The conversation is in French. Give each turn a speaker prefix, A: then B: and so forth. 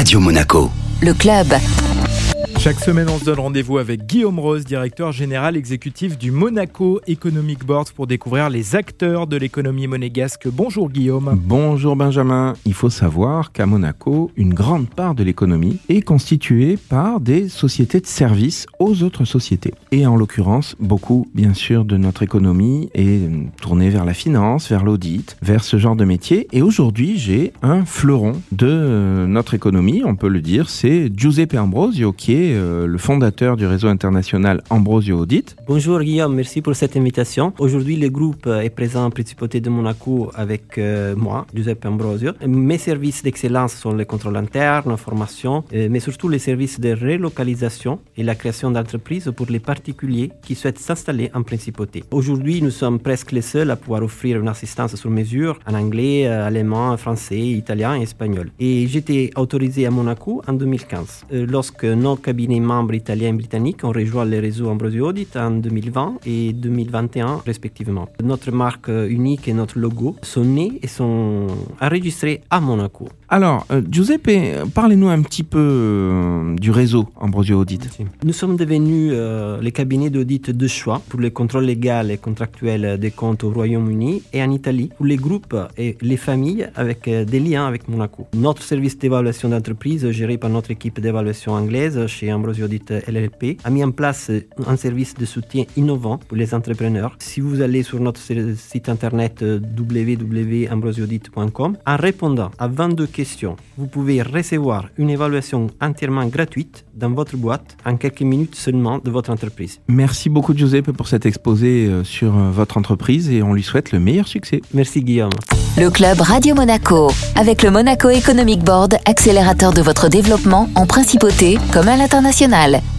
A: Radio Monaco.
B: Le club.
C: Chaque semaine, on se donne rendez-vous avec Guillaume Rose, directeur général exécutif du Monaco Economic Board, pour découvrir les acteurs de l'économie monégasque. Bonjour Guillaume.
D: Bonjour Benjamin. Il faut savoir qu'à Monaco, une grande part de l'économie est constituée par des sociétés de services aux autres sociétés. Et en l'occurrence, beaucoup, bien sûr, de notre économie est tournée vers la finance, vers l'audit, vers ce genre de métier. Et aujourd'hui, j'ai un fleuron de notre économie, on peut le dire, c'est Giuseppe Ambrosio, qui est le fondateur du réseau international Ambrosio Audit.
E: Bonjour Guillaume, merci pour cette invitation. Aujourd'hui, le groupe est présent en Principauté de Monaco avec moi, Giuseppe Ambrosio. Mes services d'excellence sont les contrôles internes, la formation, mais surtout les services de relocalisation et la création d'entreprises pour les particuliers qui souhaitent s'installer en Principauté. Aujourd'hui, nous sommes presque les seuls à pouvoir offrir une assistance sur mesure en anglais, allemand, français, italien et espagnol. Et j'étais autorisé à Monaco en 2015, lorsque nos cabinets membres italiens et britanniques ont rejoint le réseau Ambrosio Audit en 2020 et 2021 respectivement. Notre marque unique et notre logo sont nés et sont enregistrés à Monaco.
D: Alors, Giuseppe, parlez-nous un petit peu du réseau Ambrosio Audit.
E: Nous sommes devenus les cabinets d'audit de choix pour le contrôle légal et contractuel des comptes au Royaume-Uni et en Italie pour les groupes et les familles avec des liens avec Monaco. Notre service d'évaluation d'entreprise géré par notre équipe d'évaluation anglaise chez Ambrosio Audit LLP a mis en place un service de soutien innovant pour les entrepreneurs. Si vous allez sur notre site internet www.ambrosioaudit.com, en répondant à 22 questions, vous pouvez recevoir une évaluation entièrement gratuite dans votre boîte en quelques minutes seulement de votre entreprise.
D: Merci beaucoup Giuseppe pour cet exposé sur votre entreprise et on lui souhaite le meilleur succès.
E: Merci Guillaume.
B: Le club Radio Monaco, avec le Monaco Economic Board, accélérateur de votre développement en principauté comme à l'international.